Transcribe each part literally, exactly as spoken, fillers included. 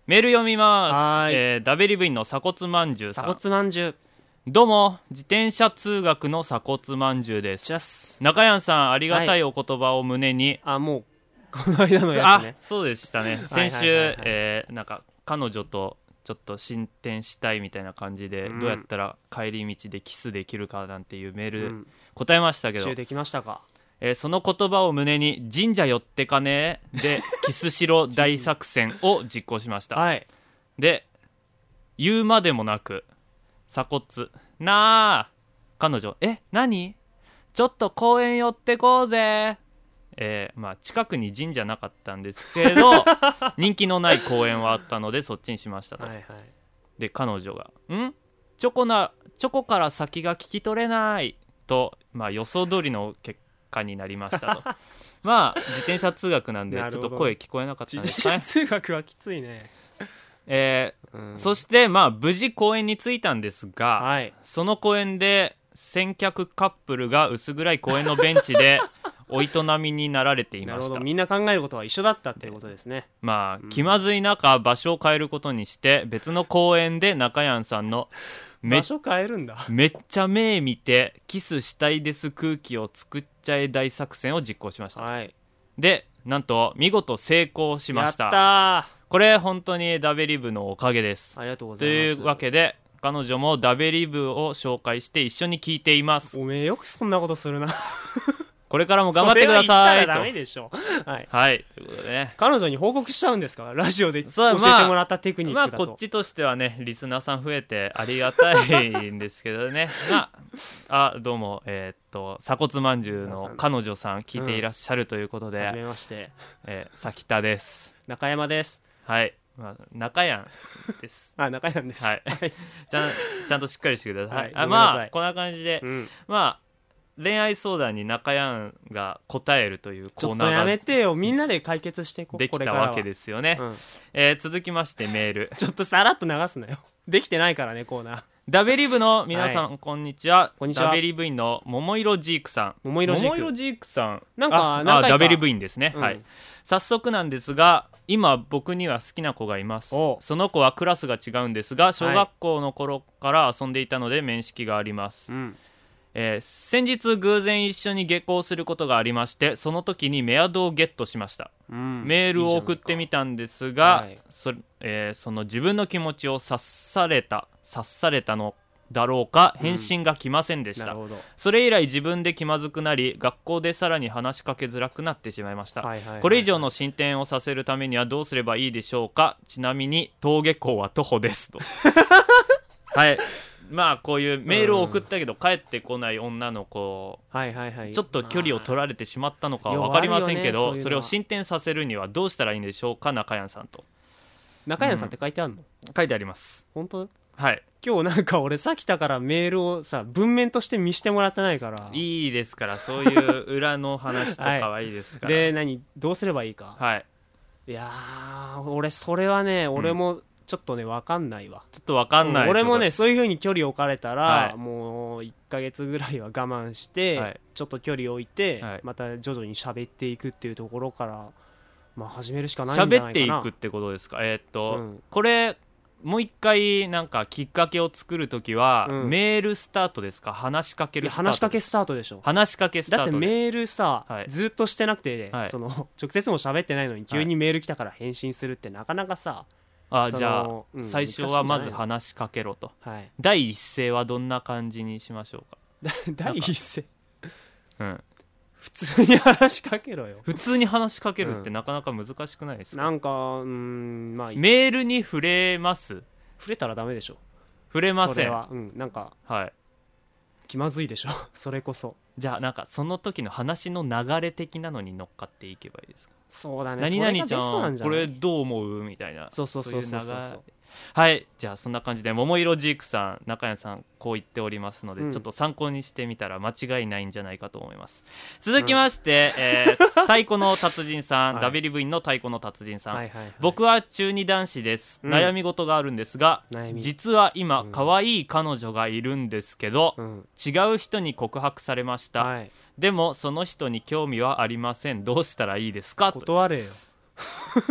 メール読みます。 はい、 えー、ダベリブインの鎖骨まんじゅうさん。 鎖骨まんじゅう、 どうも、自転車通学の鎖骨まんじゅうです。 ジャス中山さん、ありがたいお言葉を胸に、 はい、あ、もうこの間のやつあ、 ね。 そうでしたね。先週、 はいはいはいはい、 えー、なんか彼女とちょっと進展したいみたいな感じで、うん、どうやったら帰り道でキスできるかなんていうメール、うん、答えましたけど、 復習できましたか。 えー、その言葉を胸に神社寄ってかねでキスしろ大作戦を実行しました。 はい、で言うまでもなく鎖骨なあ彼女え何ちょっと公園寄ってこうぜ、えーまあ、近くに神社なかったんですけど人気のない公園はあったのでそっちにしましたと。はいはい、で彼女がんチョコなチョコから先が聞き取れないと、まあ、予想通りの結果になりましたとまあ自転車通学なんでちょっと声聞こえなかったんですかね。 自転車通学はきついね。 えーうん、そしてまあ無事公園に着いたんですが、はい、その公園で先客カップルが薄暗い公園のベンチでお営みになられていました。 なるほど、みんな考えることは一緒だったっていうことですね。 まあ、うん、気まずい中場所を変えることにして別の公園で中山さんの場所変えるんだ。 めっちゃ目見てキスしたいです空気を作っちゃえ大作戦を実行しました。はい、でなんと見事成功しました。 やったー。 これ本当にダベリブのおかげです。 ありがとうございます。 というわけで彼女もダベリブを紹介して一緒に聞いています。 おめえよくそんなことするなこれからも頑張ってくださいと。 それは言ったらダメでしょ。はい、 はい、ということでね、 彼女に報告しちゃうんですか、ラジオで教えてもらったテクニックだと。 まあ、まあ、こっちとしてはねリスナーさん増えてありがたいんですけどねまあ、あどうもえー、っと鎖骨まんじゅうの彼女さん聞いていらっしゃるということで、 はじめまして、 えー、崎田です。 中山です。 はい、まあ、中山ですあ、中山です、 はい、ちゃんちゃんとしっかりしてください、はい、 あまあこんな感じで、 うん、 まあ恋愛相談に中山が答えるというコーナーがちょっとやめてよ、みんなで解決していこう。 できたわけですよね、うん、えー、続きましてメールちょっとさらっと流すなよできてないからねコーナー。 ダベリブの皆さん、はい、こんにちは。 こんにちは。 ダベリブインの桃色ジークさん。 桃色ジーク。 桃色ジークさん。 なんか、 あなんかダベリブインですね、 うん。 はい。早速なんですが、今僕には好きな子がいます。その子はクラスが違うんですが、小学校の頃から遊んでいたので面識があります。はい、うんえー、先日偶然一緒に下校することがありまして、その時にメアドをゲットしました。うん、メールを送ってみたんですが、いいそ, えー、その自分の気持ちを察された察されたのだろうか返信が来ませんでした、うん、それ以来自分で気まずくなり学校でさらに話しかけづらくなってしまいました。はいはいはいはい、これ以上の進展をさせるためにはどうすればいいでしょうか。ちなみに登下校は徒歩ですとはい、まあこういうメールを送ったけど帰ってこない女の子、はいはいはい、ちょっと距離を取られてしまったのかは分かりませんけど、ね、そ, それを進展させるにはどうしたらいいんでしょうか。中山さんと。 中山さんって書いてあるの、 うん、書いてあります。 本当。 はい、 今日なんか俺さきたからメールをさ文面として見してもらってないから。 いいですからそういう裏の話とかはいいですから、 はい、で何どうすればいいか。 はい、 いやー俺それはね俺もちょっとね分かんないわ。 ちょっと分かんない、 うん、俺もねそういう風に距離置かれたら、 はい、 もういっかげつぐらいは我慢して、はい、ちょっと距離置いて、はい、また徐々に喋っていくっていうところからまあ始めるしかないんじゃないかな。 喋っていくってことですか。えー、っと、うん、これもう一回なんかきっかけを作るときは、うん、メールスタートですか話しかけるスタート。 話しかけスタートでしょ。 話しかけスタートで。 だってメールさ、はい、ずっとしてなくて、はい、その直接も喋ってないのに急にメール来たから返信するってなかなかさ、 あじゃあ、うん、最初はまず話しかけろと、はい、第一声はどんな感じにしましょうか。 第一声、うん、 普通に話しかけろよ。 普通に話しかけるってなかなか難しくないですか。 なんかうーん、まあ、 メールに触れます。 触れたらダメでしょ。 触れません。 それは、うん、なんか、はい、気まずいでしょそれこそ。 じゃあなんかその時の話の流れ的なのに乗っかっていけばいいですか。 そうだね。 何々ちゃんこれどう思うみたいな。 そうそうそうそうそうそう。 はい、じゃあそんな感じで桃色ジークさん中谷さんこう言っておりますので、うん、ちょっと参考にしてみたら間違いないんじゃないかと思います。続きまして、うんえー、太鼓の達人さん、はい、ダベリブインの太鼓の達人さん、はいはいはい、僕は中二男子です、うん、悩み事があるんですが実は今、うん、可愛い彼女がいるんですけど、うん、違う人に告白されました、はい、でもその人に興味はありません。どうしたらいいですか。 断れよ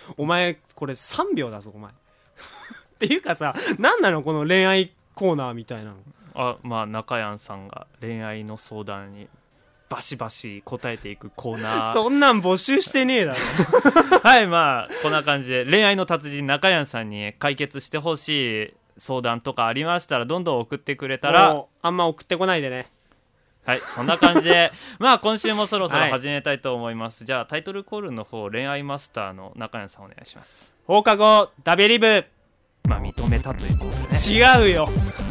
お前これさんびょうだぞお前っていうかさ、何なのこの恋愛コーナーみたいなの。 あ、まあ中山さんが恋愛の相談にバシバシ答えていくコーナーそんなん募集してねえだろはい、まあこんな感じで恋愛の達人中山さんに解決してほしい相談とかありましたらどんどん送ってくれたら。 あんま送ってこないでね。 はい、そんな感じでまあ今週もそろそろ始めたいと思います、はい、じゃあタイトルコールの方、恋愛マスターの中山さんお願いします。 放課後ダベリブ。 まあ認めたということでね。 違うよ。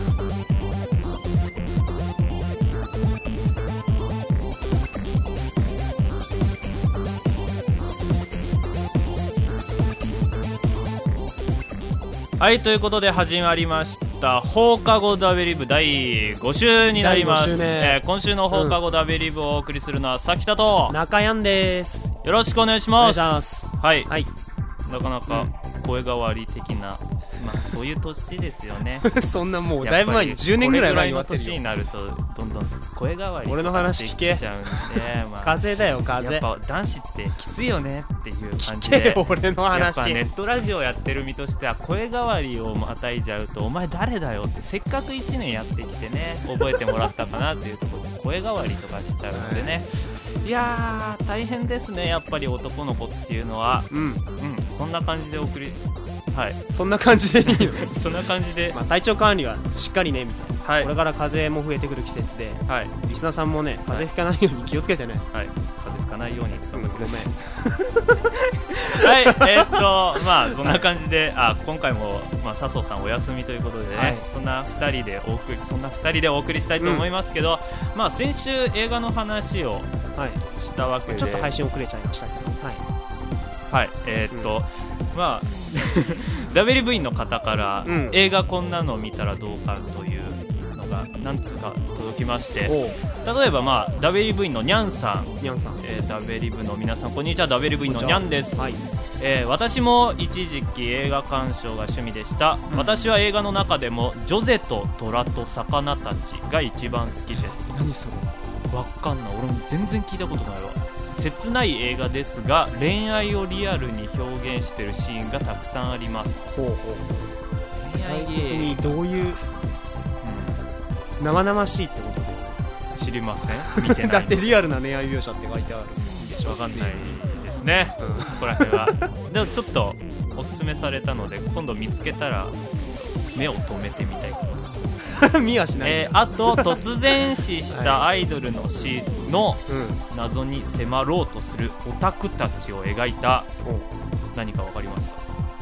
はい、ということで始まりました放課後ダベリブだいご週になります。えー、今週の放課後ダベリブをお送りするのはさきたと中山です。 よろしくお願いします。 お願いします。 はい、 はい、 なかなか声変わり的な、まあ、そういう年ですよねそんなもうだいぶ前にじゅうねんぐらい前に言われてるよ。 これぐらいの年になるとどんどん声変わり俺の話聞けちゃうんで、まあ、 風邪だよ風邪。 やっぱ男子ってきついよねっていう感じで俺の話。 やっぱネットラジオやってる身としては声変わりを与えちゃうとお前誰だよってせっかくいちねんやってきてね覚えてもらったかなっていうところで声変わりとかしちゃうのでね、いやー大変ですねやっぱり男の子っていうのは。うん、うん、そんな感じで送りはい、 そんな感じでいいのそんな感じで、 まあ、体調管理はしっかりねみたいな、はい、これから風邪も増えてくる季節で、はい、リスナーさんもね風邪ひかないように気をつけてね。 はい、風邪ひかないように頑張ってください、うん、はい、えー、っとまあそんな感じで、はい、あ今回も、まあ、笹生さんお休みということでね、はい、そんなふたりでお送りそんなふたりでお送りしたいと思いますけど、うん、まあ先週映画の話をしたわけで、はい、 ちょっと配信遅れちゃいましたけど、はいはい、えー、っと、うん、まあダベリブイの方から、うん、映画こんなの見たらどうかというのが何つか届きまして、例えば、まあ、ダベリブイのニャンさん、 ニャンさん、 えー、ダベリブの皆さんこんにちは、ダベリブイのニャンです、はい、えー、私も一時期映画鑑賞が趣味でした、うん、私は映画の中でもジョゼと虎と魚たちが一番好きです。 何それわかんない、俺も全然聞いたことないわ。切ない映画ですが恋愛をリアルに表現しているシーンがたくさんあります。ほうほう、 恋愛的にどういう、うん、生々しいってことで知りません、見てないだってリアルな恋愛描写って書いてあるんでしょ。 わかんないですね、うん、そこら辺はでもちょっとおすすめされたので今度見つけたら目を留めてみたいと思います見はしない、 えー、あと突然死したアイドルの死の謎に迫ろうとするオタクたちを描いた、何かわかりますか？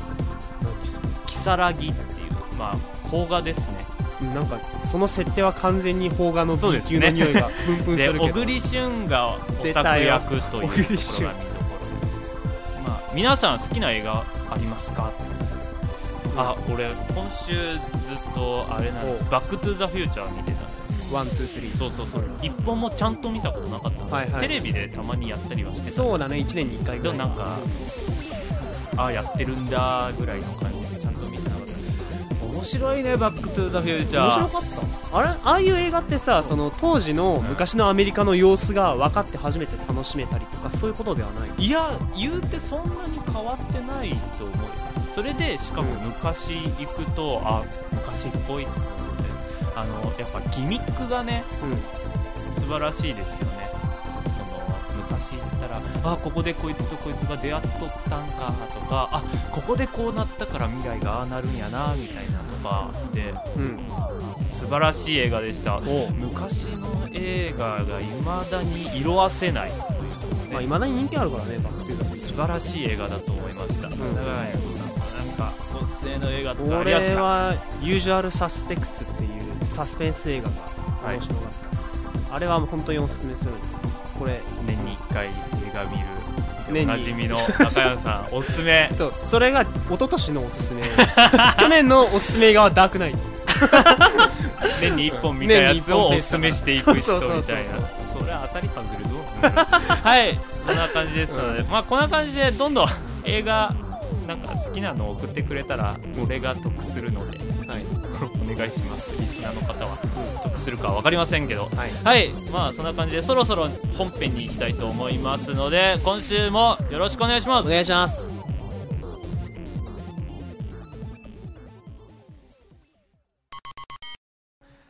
如月っていう、まあ、邦画ですね。 なんかその設定は完全に邦画の B 級の匂いがプンプンするけど、 で小栗旬がオタク役というところが見どころです。まあ、皆さん好きな映画ありますか？あ、俺今週ずっとあれなんです、バックトゥーザフューチャー見てたんで、 ワンツースリー、 そうそうそう、一本もちゃんと見たことなかったので、はいはい、テレビでたまにやったりはしてた。 そうだね、いちねんにいっかいぐらい。 なんかあやってるんだぐらいの感じでちゃんと見てなかった。面白いね、バックトゥーザフューチャー。 面白かった。あれ、ああいう映画ってさ、その当時の昔のアメリカの様子が分かって初めて楽しめたりとか、そういうことではない？ いや、言うてそんなに変わってないと思う。それでしかも昔行くと、うん、あ昔っぽいと思って、あのやっぱギミックがね、うん、素晴らしいですよね。その昔行ったらあここでこいつとこいつが出会っとったんかとか、あここでこうなったから未来がああなるんやなみたいなのがあって、うん、素晴らしい映画でした。昔の映画が未だに色あせないという、ね、 まあ、未だに人気あるからね、バックトゥーザ。 素晴らしい映画だと思いました。うん、だからなんかおすすめの映画とかありますか？ 俺はユージュアルサスペクツっていうサスペンス映画が面白かったです、はい、あれは本当におすすめする。これ年にいっかい映画見るおなじみの中山さんおすすめ。 そう、それが一昨年のおすすめ去年のおすすめ映画はダークナイト年にいっぽん見たやつをおすすめしていく人みたいな。それは当たり外れどうはい、そんな感じですので、うん、まあこんな感じでどんどん映画なんか好きなのを送ってくれたら俺が得するので、はい、お願いします。リスナーの方は、うん、得するかは分かりませんけど、はい、はい、まあそんな感じでそろそろ本編に行きたいと思いますので今週もよろしくお願いします。 お願いします。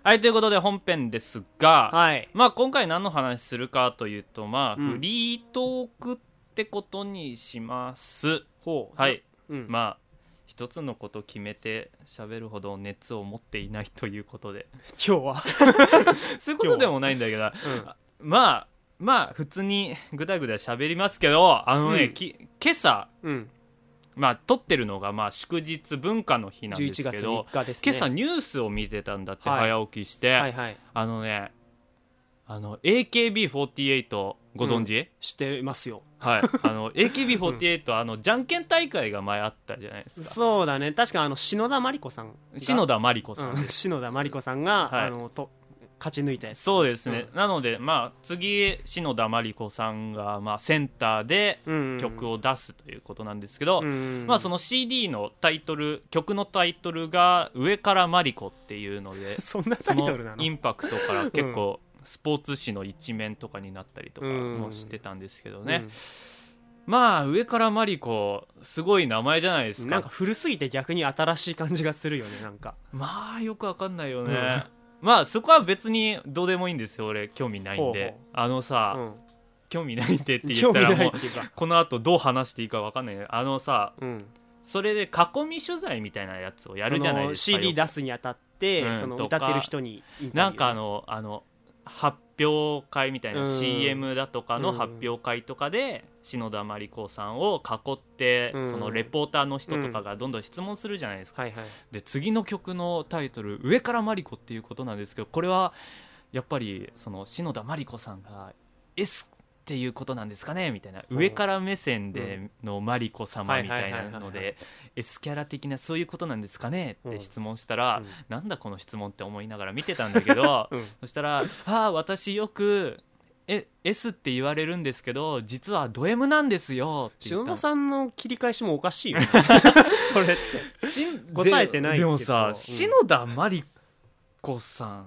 はい、ということで本編ですが、 はい、 まあ今回何の話するかというと、まあ、うん、フリートークってことにします。 ほう、 はい、うん、まあ一つのこと決めて喋るほど熱を持っていないということで今日はそういうことでもないんだけど、うん、まあまあ普通にぐだぐだ喋りますけど、あのね、うん、き今朝、うん、まあ撮ってるのがまあ祝日文化の日なんですけど、 じゅういちがつみっかですね、 今朝ニュースを見てたんだって、はい、早起きして、はいはい、あのねあの エーケービーフォーティーエイト ご存知、うん、 知ってますよ。 はい、あの エーケービーフォーティーエイト、うん、あのじゃんけん大会が前あったじゃないですか。 そうだね、確かあの篠田麻里子さん篠田麻里子さん、 うん、篠田麻里子さんが、はい、あのと勝ち抜いたやつ。 そうですね、うん、なのでまあ次篠田麻里子さんがまあセンターで曲を出すということなんですけど、うんうん、まあその シーディー のタイトル、曲のタイトルが上から麻里子っていうのでそんなタイトルなの？ そのインパクトから結構スポーツ紙の一面とかになったりとかもしてたんですけどね、うんうん、まあ上から麻里子すごい名前じゃないですか。 なんか古すぎて逆に新しい感じがするよね。なんかまあよくわかんないよね、うんまあそこは別にどうでもいいんですよ、俺興味ないんで。ほうほう、あのさ、うん、興味ないんでって言ったらもうこの後どう話していいか分かんないね。あのさ、うん、それで囲み取材みたいなやつをやるじゃないですか。 シーディー 出すにあたって、うん、その歌ってる人にインタビュー、 なんかあのあの発表会みたいな、うん、シーエム だとかの発表会とかで、うん、篠田麻里子さんを囲って、うん、そのレポーターの人とかがどんどん質問するじゃないですか、うんはいはい、で次の曲のタイトル上から麻里子っていうことなんですけど、これはやっぱりその篠田麻里子さんが S っていうことなんですかねみたいな、上から目線での麻里子様みたいなので S キャラ的なそういうことなんですかねって質問したら、うん、なんだこの質問って思いながら見てたんだけど、うん、そしたらああ私よくえ S って言われるんですけど実はド M なんですよって言った。 篠田さんの切り返しもおかしいよねそれって答えてないけど。 でもさ、うん、篠田麻里子さん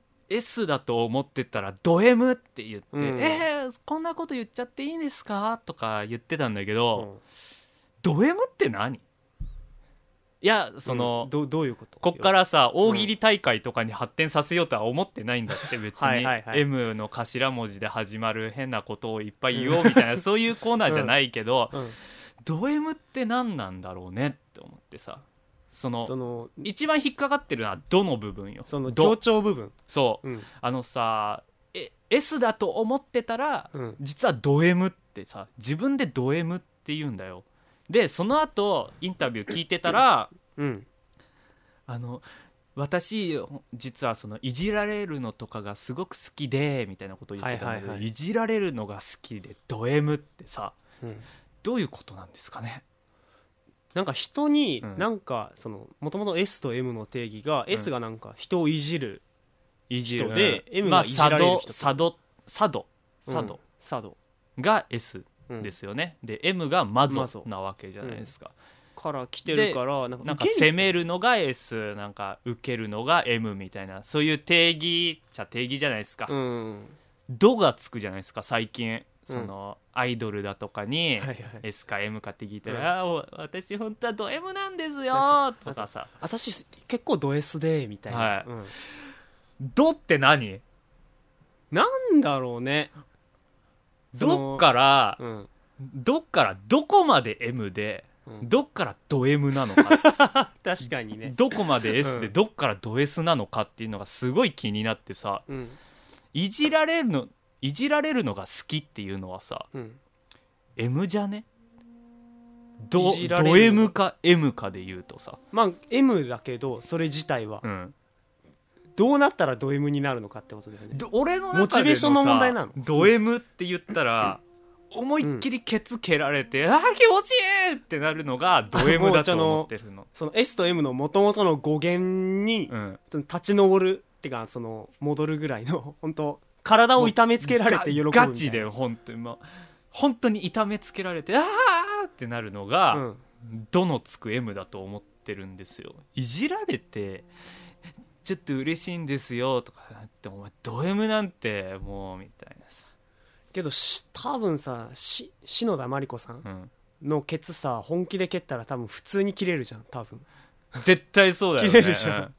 S だと思ってたらド M って言って、うん、えー、こんなこと言っちゃっていいんですかとか言ってたんだけど、うん、ド M って何？いやその、 うん、ど, どういうこと？ こっからさ大喜利大会とかに発展させようとは思ってないんだって別にはいはい、はい、M の頭文字で始まる変なことをいっぱい言おうみたいな、うん、そういうコーナーじゃないけど、うんうん、ド M って何なんだろうねって思ってさ、そのその一番引っかかってるのはどの部分よ。 その強調部分。 そう、うん、あのさえ S だと思ってたら、うん、実はド M ってさ自分でド M って言うんだよ。でその後インタビュー聞いてたら、うん、あの私実はそのいじられるのとかがすごく好きでみたいなことを言ってたので、はいはいはい、いじられるのが好きでド M ってさ、うん、どういうことなんですかね。 なんか人になんかそのもともと S と M の定義が、うん、S がなんか人をいじる人で、うん、M がいじられる人、 まあ、サドサドサド、うん、サドが S ですよね、うん、で M がマゾなわけじゃないですか、 うん、から来てるからなんかなんか攻めるのが S なんか受けるのが M みたいなそういう定義じゃ定義じゃないですか、うん、ドがつくじゃないですか最近その、うん、アイドルだとかに、はいはい、S か M かって聞いたら、うん、あ私本当はド M なんですよとかさ私結構ド S でみたいな、はいうん、 ドって何なんだろうね。 どっから、うん、どっからどこまで M で、うん、どっからド M なのか確かにねどこまで S で、うん、どっからド S なのかっていうのがすごい気になってさ、うん、いじられるのいじられるのが好きっていうのはさ、うん、M じゃね ド, ド M か M かで言うとさまあ M だけどそれ自体は、うん、どうなったらド M になるのかってことだよね。 俺の中でのさモチベーションの問題なの。ド M って言ったら思いっきりケツ蹴られて、うん、あー気持ちいいってなるのがド M だと思ってるの。 その S と M の元々の語源に、うん、立ち上るってかその戻るぐらいの本当体を痛めつけられて喜ぶみたいな。 ガチで本当に、ま、本当に痛めつけられてあーってなるのが、うん、どのつく M だと思ってるんですよ。いじられてちょっと嬉しいんですよとかってお前ド M なんてもうみたいなさ。 けど多分さし篠田麻里子さんのケツさ本気で蹴ったら多分普通に切れるじゃん多分。 絶対そうだよね。 切れるじゃん、うん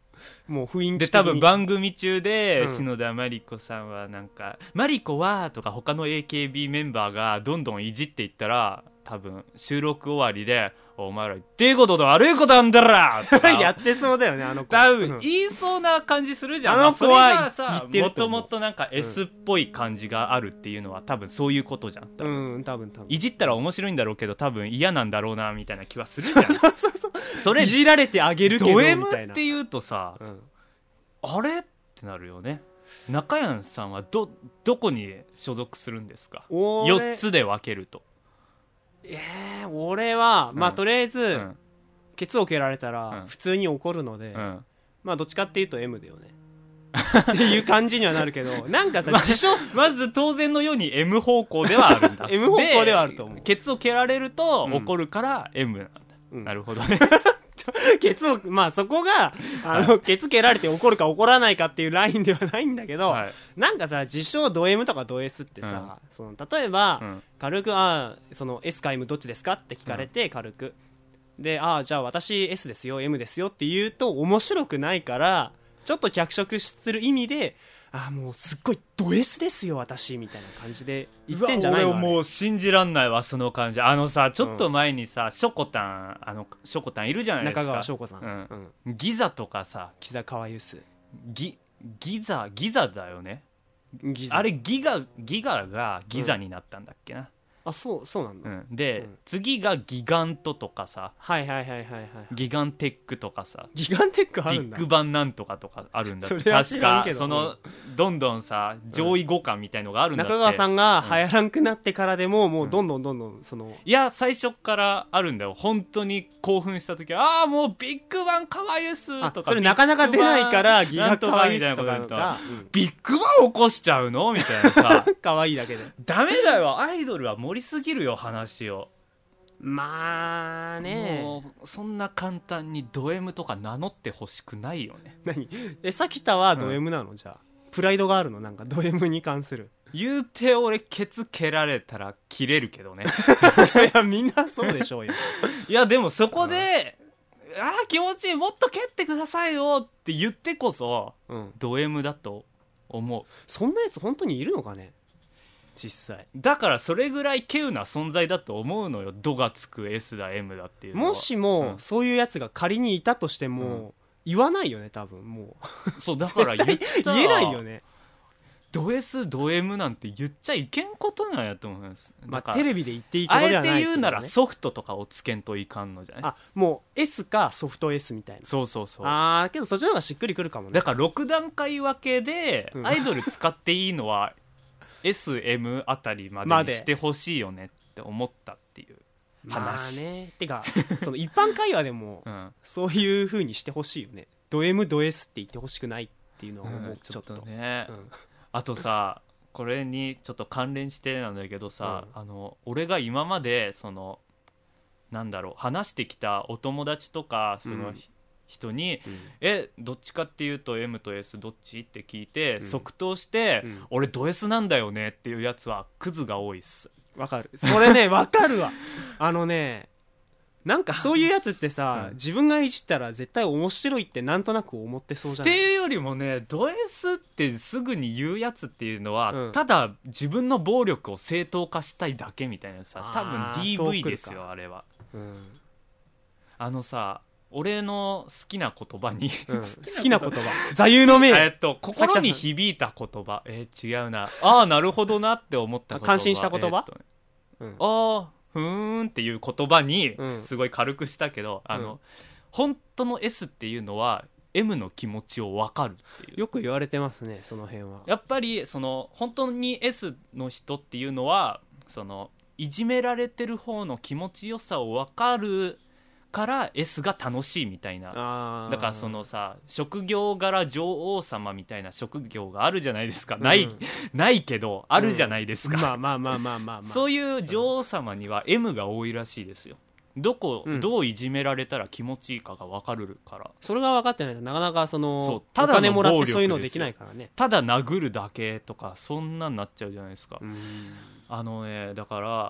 もう雰囲気的にで多分番組中で、うん、篠田麻里子さんはなんかマリコはとか他の エーケービー メンバーがどんどんいじっていったら多分収録終わりでお前ら言っていいことと悪いことなんだらやってそうだよねあの子多分言いそうな感じするじゃん。 あの子はさもともとなんか S っぽい感じがあるっていうのは多分そういうことじゃん。多分、 うん、多分多分いじったら面白いんだろうけど多分嫌なんだろうなみたいな気はするじゃん。 そうそうそうそれいじられてあげるけどみたいな。 ド M って言うとさ、うん、あれってなるよね。中谷さんはどどこに所属するんですか。よっつで分けると。 えー、俺は、うん、まあとりあえず、うん、ケツを蹴られたら普通に怒るので、うん、まあどっちかっていうと M だよねっていう感じにはなるけどなんかさ自称まず当然のように M 方向ではあるんだ M 方向ではあると思う。 ケツを蹴られると怒るから M なんだ、うん、なるほどねケツをまあそこがあの、はい、ケツ蹴られて怒るか怒らないかっていうラインではないんだけど、はい、なんかさ自称ド M とかド S ってさ、うん、その例えば、うん、軽くあその S か M どっちですかって聞かれて、うん、軽くであじゃあ私 S ですよ M ですよって言うと面白くないからちょっと脚色する意味であもうすっごいド S ですよ私みたいな感じで言ってんじゃないの。 俺もう信じらんないわその感じ。あのさちょっと前にさ、うん、ショコタンあのショコタンいるじゃないですか中川翔子さん、 うんうん、ギザとかさ木田川ユースギギザギザだよね。ギザあれギガギガがギザになったんだっけな、うんあそうそうなんだ、 うん、で、うん、次がギガントとかさはいはいはいはいはいギガンテックとかさギガンテックあるんだビッグバンなんとかとかあるんだってそれは知らんけど確かそのどんどんさ上位互換みたいのがあるんだって、 中川さんが流行らんくなってからでも、うん、もうどんどんどんどんそのいや最初からあるんだよ。本当に興奮した時はああもうビッグバンかわゆすとかそれなかなか出ないからギガかわゆすとかが、 うん、ビッグバン起こしちゃうのみたいなさかわいいだけでダメだよアイドルは盛りすぎるよ話を。 まあねもうそんな簡単にド M とか名乗ってほしくないよね。 何えさきたはド M なの、うん、じゃあプライドがあるのなんかド M に関する言うて俺ケツ蹴られたら切れるけどねいやみんなそうでしょうよいやでもそこで、うん、あー気持ちいいもっと蹴ってくださいよって言ってこそ、うん、ド M だと思う。 そんなやつ本当にいるのかね実際。 だからそれぐらい稀有な存在だと思うのよ。ドがつく S だ M だっていうのは。 もしも、うん、そういうやつが仮にいたとしても、うん、言わないよね多分もうそうだから言った言えないよね。 ド S ド M なんて言っちゃいけんことなんやと思います。 まあテレビで言っていいことではない、ね、 あえて言うならソフトとかをつけんといかんのじゃない。 あもう S かソフト S みたいな。 そうそうそう。 ああけどそっちの方がしっくりくるかもね。 だからろく段階分けでアイドル使っていいのはエスエム あたりまでにしてほしいよねって思ったっていう話。 まあねてかその一般会話でもそういう風にしてほしいよね。ド M ド S って言ってほしくないっていうのは思う、うん、ちょっとね、うん、 あとさこれにちょっと関連してなんだけどさ、うん、あの俺が今までそのなんだろう話してきたお友達とかその、うん人に、うん、えどっちかっていうと M と S どっちって聞いて、うん、即答して、うん、俺ド S なんだよねっていうやつはクズが多いっす。 わかるそれねわかるわあのねなんかそういうやつってさ、うん、自分がいじったら絶対面白いってなんとなく思ってそうじゃない。 っていうよりもねド S ってすぐに言うやつっていうのは、うん、ただ自分の暴力を正当化したいだけみたいなさ多分 ディーブイ ですよあれは、うん、あのさ俺の好きな言葉に、 うん、好きな言葉座右の銘えっと心に響いた言葉えー、違うなああなるほどなって思った言葉感心した言葉、えーっとねうん、ああふーんっていう言葉にすごい軽くしたけど、うん、あの本当の S っていうのは M の気持ちを分かるっていうよく言われてますねその辺は。 やっぱりその本当に S の人っていうのはそのいじめられてる方の気持ちよさを分かるから S が楽しいみたいな。だからそのさ職業柄女王様みたいな職業があるじゃないですか、うん、ないないけどあるじゃないですか、 うん、まあまあまあまあまあ、まあ、 そういう女王様には M が多いらしいですよ。どこ、うん、どういじめられたら気持ちいいかが分かるから。 それが分かってないとなかなかそのそうただお金もらってそういうのできないからね。 ただ殴るだけとかそんなんなっちゃうじゃないですか。うんあのねだから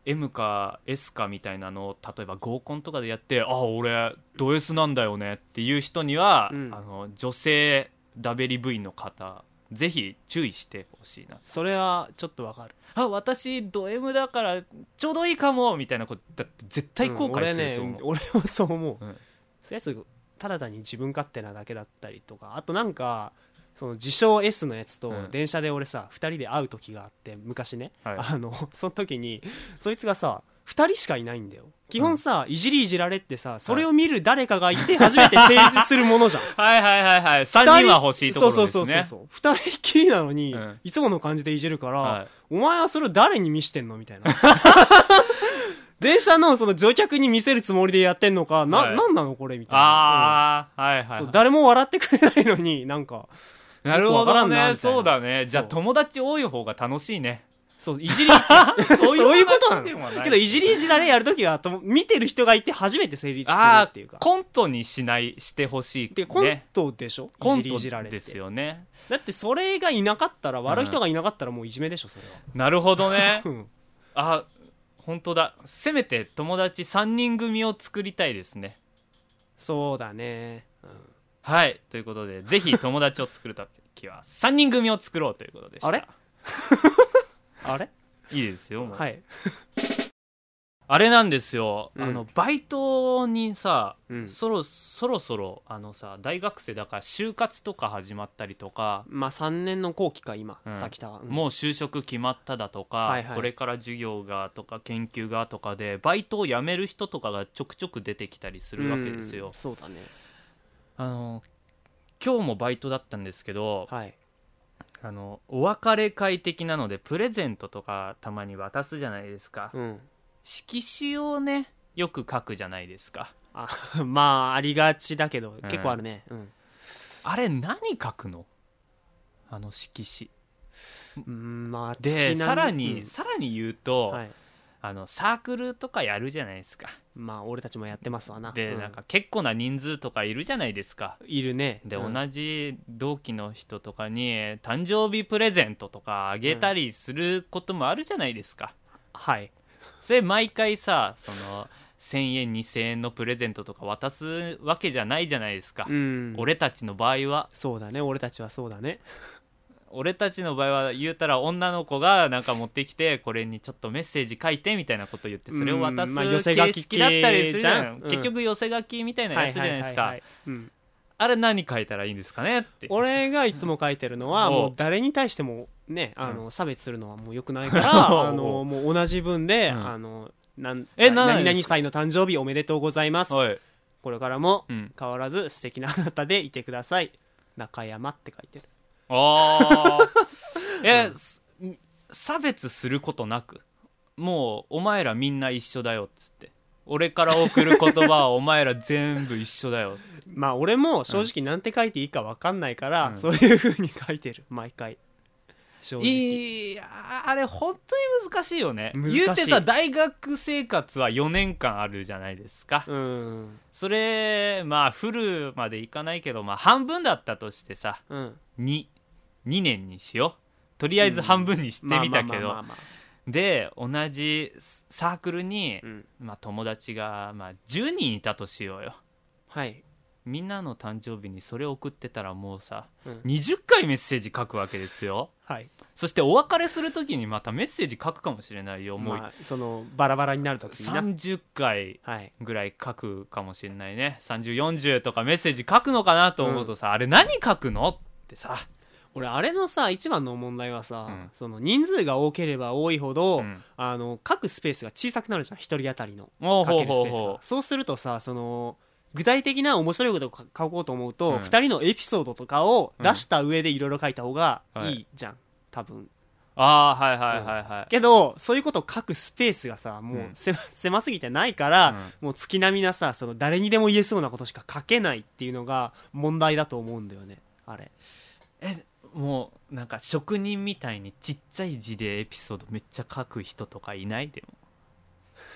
M か S かみたいなのを例えば合コンとかでやってあ俺ド S なんだよねっていう人には、うん、あの女性ダベリ部員の方ぜひ注意してほしいな。 それはちょっとわかる。 あ私ド M だからちょうどいいかもみたいなことだって絶対後悔すると思う、うん、 俺ね、俺はそう思う、うん、そういうやつただ単に自分勝手なだけだったりとか、あとなんかその自称 S のやつと電車で俺さ、うん、ふたりで会う時があって昔ね、はい、あのその時にそいつがさふたりしかいないんだよ基本さ、うん、いじりいじられってさそれを見る誰かがいて初めて成立するものじゃんはいはいはいはいさんにんは欲しいところですね。 そうそうそうそうふたりっきりなのに、うん、いつもの感じでいじるから、はい、お前はそれを誰に見してんのみたいな電車のその乗客に見せるつもりでやってんのかな、はい、なんなのこれみたいな。 ああ、うん、はいはい、はい、 そう誰も笑ってくれないのになんかなるほどね。そうだね。じゃあ友達多い方が楽しいね。 そういじりそういうことなのけどいじりいじられやるときはと見てる人がいて初めて成立するっていうかコントにしないしてほしい、ね、 でコントでしょコントですよね。 だってそれがいなかったら悪い人がいなかったらもういじめでしょそれは、 うん、なるほどねあ本当だせめて友達さんにん組を作りたいですね。 そうだね、うん、 はいということでぜひ友達を作るときはさんにん組を作ろうということでした。 あれあれいいですよもう、 はい、 あれなんですよ、うん、あのバイトにさ、 うん、 そろそろそろあのさ大学生だから就活とか始まったりとかまあさんねんの後期か今、 うん、 さきたは、 うん、もう就職決まっただとか、はいはい、これから授業がとか研究がとかでバイトを辞める人とかがちょくちょく出てきたりするわけですよ。 そうだね。 あの今日もバイトだったんですけど、 はい、 あのお別れ会的なのでプレゼントとかたまに渡すじゃないですか、 うん、 色紙をねよく書くじゃないですか。 あまあありがちだけど、うん、結構あるね、うん、 あれ何書くのあの色紙。 うんまあでさらに、うん、さらに言うと、 はい、 あのサークルとかやるじゃないですか。 まあ俺たちもやってますわな。 で、 うん、 なんか結構な人数とかいるじゃないですか。 いるね。 で、 うん、 同じ同期の人とかに誕生日プレゼントとかあげたりすることもあるじゃないですか、 うん、はいそれ毎回さそのせんえんにせんえんのプレゼントとか渡すわけじゃないじゃないですか、 うん、 俺たちの場合は。 そうだね俺たちはそうだね俺たちの場合は言うたら女の子がなんか持ってきてこれにちょっとメッセージ書いてみたいなこと言ってそれを渡す形式だったりするじゃん、うん、結局寄せ書きみたいなやつじゃないですか。あれ何書いたらいいんですかねって。 俺がいつも書いてるのはもう誰に対してもねあの差別するのはもう良くないからあのもう同じ文で、うん、あのなんえ何々歳の誕生日おめでとうございます、はい、これからも変わらず素敵なあなたでいてください、中山って書いてる。 あえ、うん、差別することなくもうお前らみんな一緒だよっつって俺から送る言葉はお前ら全部一緒だよまあ俺も正直なんて書いていいか分かんないから、うん、そういう風に書いてる毎回正直。 いやあれ本当に難しいよね。言うてさ大学生活はよねんかんあるじゃないですか。 うんそれまあフルまでいかないけどまあ半分だったとしてさ、 うん、 に, にねんにしようとりあえず半分にしてみたけどで同じサークルに、うんまあ、友達が、まあ、じゅうにんいたとしようよ。 はいみんなの誕生日にそれを送ってたらもうさ、 うん、 にじゅっかいメッセージ書くわけですよ、 はい、 そしてお別れするときにまたメッセージ書くかもしれないよ。もう、 まあ、そのバラバラになるときにさんじゅっかいぐらい書くかもしれないね、はい、さんじゅう、よんじゅうとかメッセージ書くのかなと思うとさ、うん、あれ何書くのってさ。 俺あれのさ一番の問題はさ、うん、その人数が多ければ多いほど、うん、あの書くスペースが小さくなるじゃんひとり当たりの書けるスペースが。そうするとさその具体的な面白いことを書こうと思うと、うん、ふたりのエピソードとかを出した上でいろいろ書いた方がいいじゃん、うん、多分。 ああはいはいはいはい、 うん、けどそういうことを書くスペースがさもう、うん、狭すぎてないから、うん、もう月並みなさその誰にでも言えそうなことしか書けないっていうのが問題だと思うんだよねあれ。 えもうなんか職人みたいにちっちゃい字でエピソードめっちゃ書く人とかいない？でも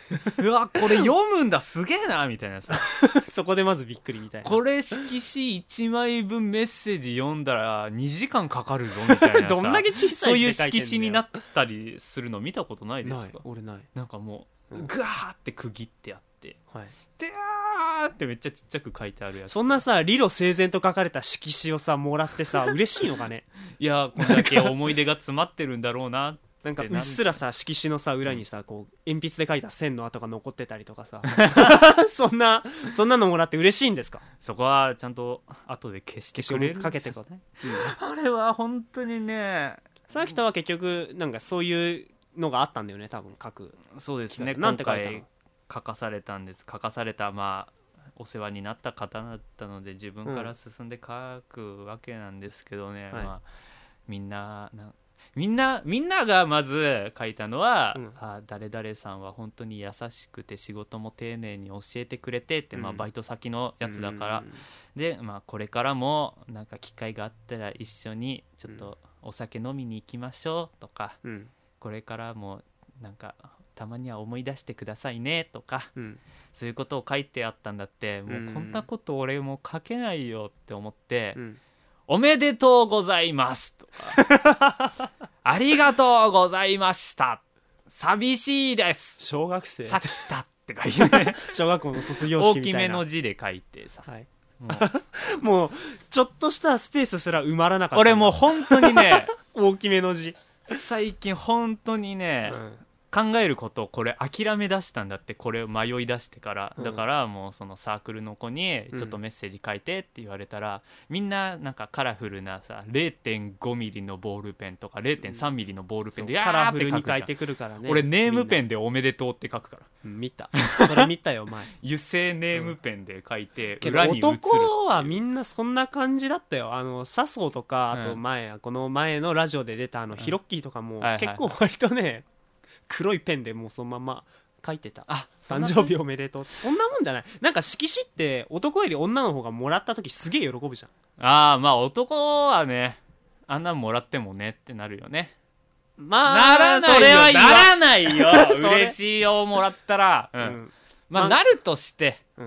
うわこれ読むんだすげえなみたいなさそこでまずびっくりみたいな。 これ色紙いちまいぶんメッセージ読んだらにじかんかかるぞみたいなさどんだけ小さい字で書いてんだよ。 そういう色紙になったりするの見たことないですか？ ない俺ない。 なんかもう、 うん、 グワーって区切ってあって、 はい、 でーってめっちゃちっちゃく書いてあるやつ。 そんなさ理路整然と書かれた色紙をさもらってさ嬉しいのかね。 いやこんだけ思い出が詰まってるんだろうななんかうっすらさ色紙のさ裏にさこう鉛筆で書いた線の跡が残ってたりとかさそんなそんなのもらって嬉しいんですか？ そこはちゃんと後で消してくれるかけてこね、 うん、あれは本当にねさきたは結局なんかそういうのがあったんだよね多分書く。 そうですねなんて書いたの？ 今回書かされたんです書かされたまあお世話になった方だったので自分から進んで書くわけなんですけどね、うん、まあ、みんななみんなみんながまず書いたのは、うん、あ誰々さんは本当に優しくて仕事も丁寧に教えてくれてって、うんまあ、バイト先のやつだから、うん、で、まあ、これからもなんか機会があったら一緒にちょっとお酒飲みに行きましょうとか、うん、これからもなんかたまには思い出してくださいねとか、うん、そういうことを書いてあったんだって。もうこんなこと俺も書けないよって思って、うん、おめでとうございますとかありがとうございました寂しいです小学生さきたって書いて小学校の卒業式みたいな大きめの字で書いてさ、はい、 もうもうちょっとしたスペースすら埋まらなかった。 俺もう本当にね大きめの字最近本当にね、うん考えることをこれ諦め出したんだって。これを迷い出してから、うん、だからもうそのサークルの子にちょっとメッセージ書いてって言われたら、うん、みんななんかカラフルなさ れいてんごミリのボールペンとか れいてんさんミリのボールペンでやーって書くじゃん。カラフルに書いてくるからね。俺ネームペンでおめでとうって書くから、 うん、見たそれ見たよ前油性ネームペンで書いて裏に写る、 うん、男はみんなそんな感じだったよ。あの笹生とかあと前、うん、この前のラジオで出たあのヒロッキーとかも、うん、結構割とね黒いペンでもうそのまま書いてた。あ、誕生日おめでとう。そんなもんじゃない。なんか色紙って男より女の方がもらった時すげえ喜ぶじゃん。 ああまあ男はねあんなんもらってもねってなるよね。 まあならないよそれはならないよ嬉しいよもらったら、うんうん、まあ、まあ、なるとして、 うん、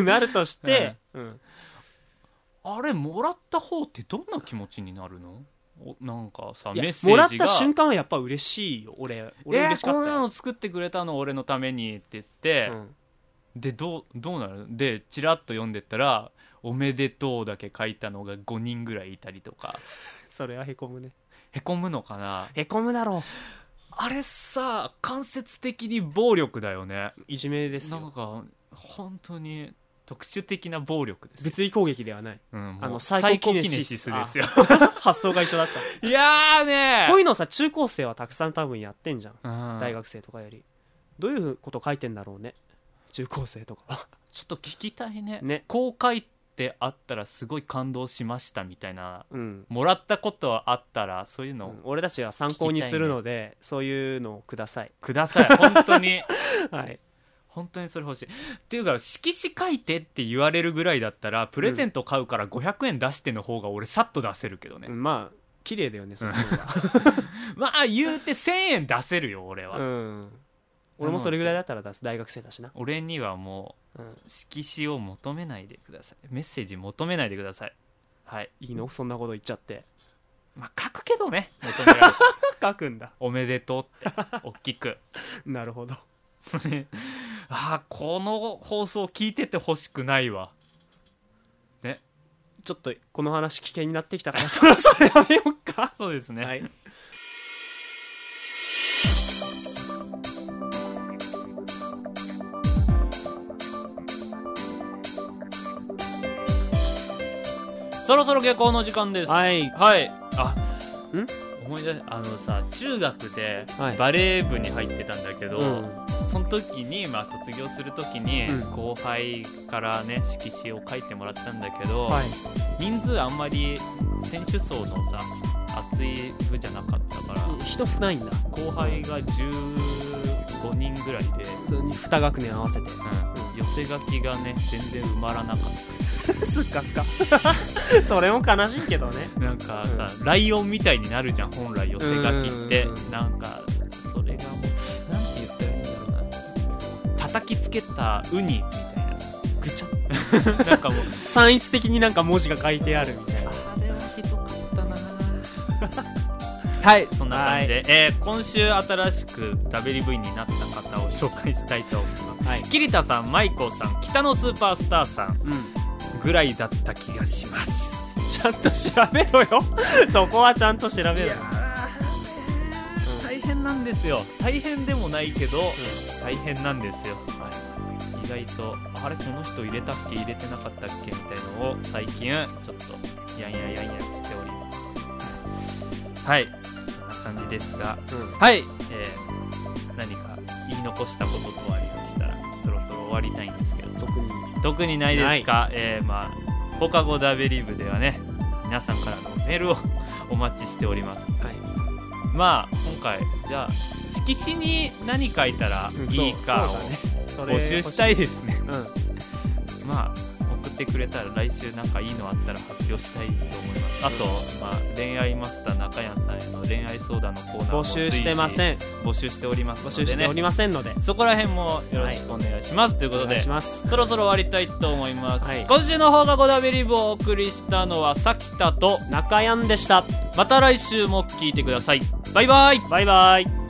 なるとして、うんうん、 あれもらった方ってどんな気持ちになるの？なんかさメッセージがもらった瞬間はやっぱ嬉しいよ。俺俺嬉しかったよ。 えー、こんなの作ってくれたの俺のためにって言って、うん、でどうどうなるでチラッと読んでったらおめでとうだけ書いたのがごにんぐらいいたりとかそれはへこむね。 へこむのかな。 へこむだろう。 あれさ間接的に暴力だよね。 いじめですよ。 なんか本当に特殊的な暴力です。 物理攻撃ではない、 うん、 あのサイコキネシスですよ発想が一緒だったいやーねこういうのさ中高生はたくさん多分やってんじゃん、うん、大学生とかより。どういうこと書いてんだろうね中高生とかちょっと聞きたい ね, ねこう書いてあったらすごい感動しましたみたいな、うん、もらったことあったらそういうの、うん、 俺たちは参考にするので、ね、そういうのをくださいください本当にはい本当にそれ欲しいっていうか色紙書いてって言われるぐらいだったらプレゼント買うからごひゃくえん出しての方が俺さっと出せるけどね、 うん、まあ綺麗だよねそっちの方がまあ言うてせんえん出せるよ俺は、うん、 俺もそれぐらいだったら出す。大学生だしな。 俺にはもう、うん、色紙を求めないでください。メッセージ求めないでください。はいいいのそんなこと言っちゃって。 まあ書くけどね求められた書くんだ。 おめでとうって大きくなるほど。 それあこの放送聞いててほしくないわね。 ちょっとこの話危険になってきたからそろそろやめようか。 そうですね、はい、そろそろ下校の時間です。 はいはいあん思い出しあのさ中学でバレー部に入ってたんだけど、はいうん、その時に、まあ、卒業する時に後輩からね色紙を書いてもらったんだけど、はい、人数あんまり選手層のさ厚い部じゃなかったから人少ないんだ。 後輩がじゅうごにんぐらいでに学年合わせて、うんうん、寄せ書きがね全然埋まらなかったすっかすかそれも悲しいけどね。 なんかさ、うん、ライオンみたいになるじゃん本来寄せ書きって。なんかそれがもうなんて言ったらいいんだろうな叩きつけたウニみたいなぐちゃなんかもう算一的になんか文字が書いてあるみたいな。 あれはひどかったなはい、そんな感じで、えー、今週新しく ダブリューブイ になった方を紹介したいと思います、はい、桐田さん、マイコさん、北のスーパースターさん、うん、ぐらいだった気がします。 ちゃんと調べろよそこはちゃんと調べろよ。いや、 うん、大変なんですよ。大変でもないけど、うん、大変なんですよ、はい、意外とあれこの人入れたっけ入れてなかったっけみたいのを最近ちょっとやんややんやしております。はい、そんな感じですが、うん、はい、えー、何か言い残したこととありましたらそろそろ終わりたいんですけど、 特に特にないですか。えー、まあ放課後ダベリブではね、皆さんからのメールをお待ちしております、はい、まあ今回じゃあ色紙に何書いたらいいかを募集したいですね、うん、まあ送ってくれたら来週なんかいいのあったら発表したいと思います。あと、まあ、恋愛マスター中谷さんへの恋愛相談のコーナーも募集してません募集しておりますので、ね、 募集しておりませんので、 そこら辺もよろしくお願いします、はい、ということでそろそろ終わりたいと思います、はい、今週の放課後ダベリブをお送りしたのはさきたと中谷でした。 また来週も聞いてください。バイバイバイバイ。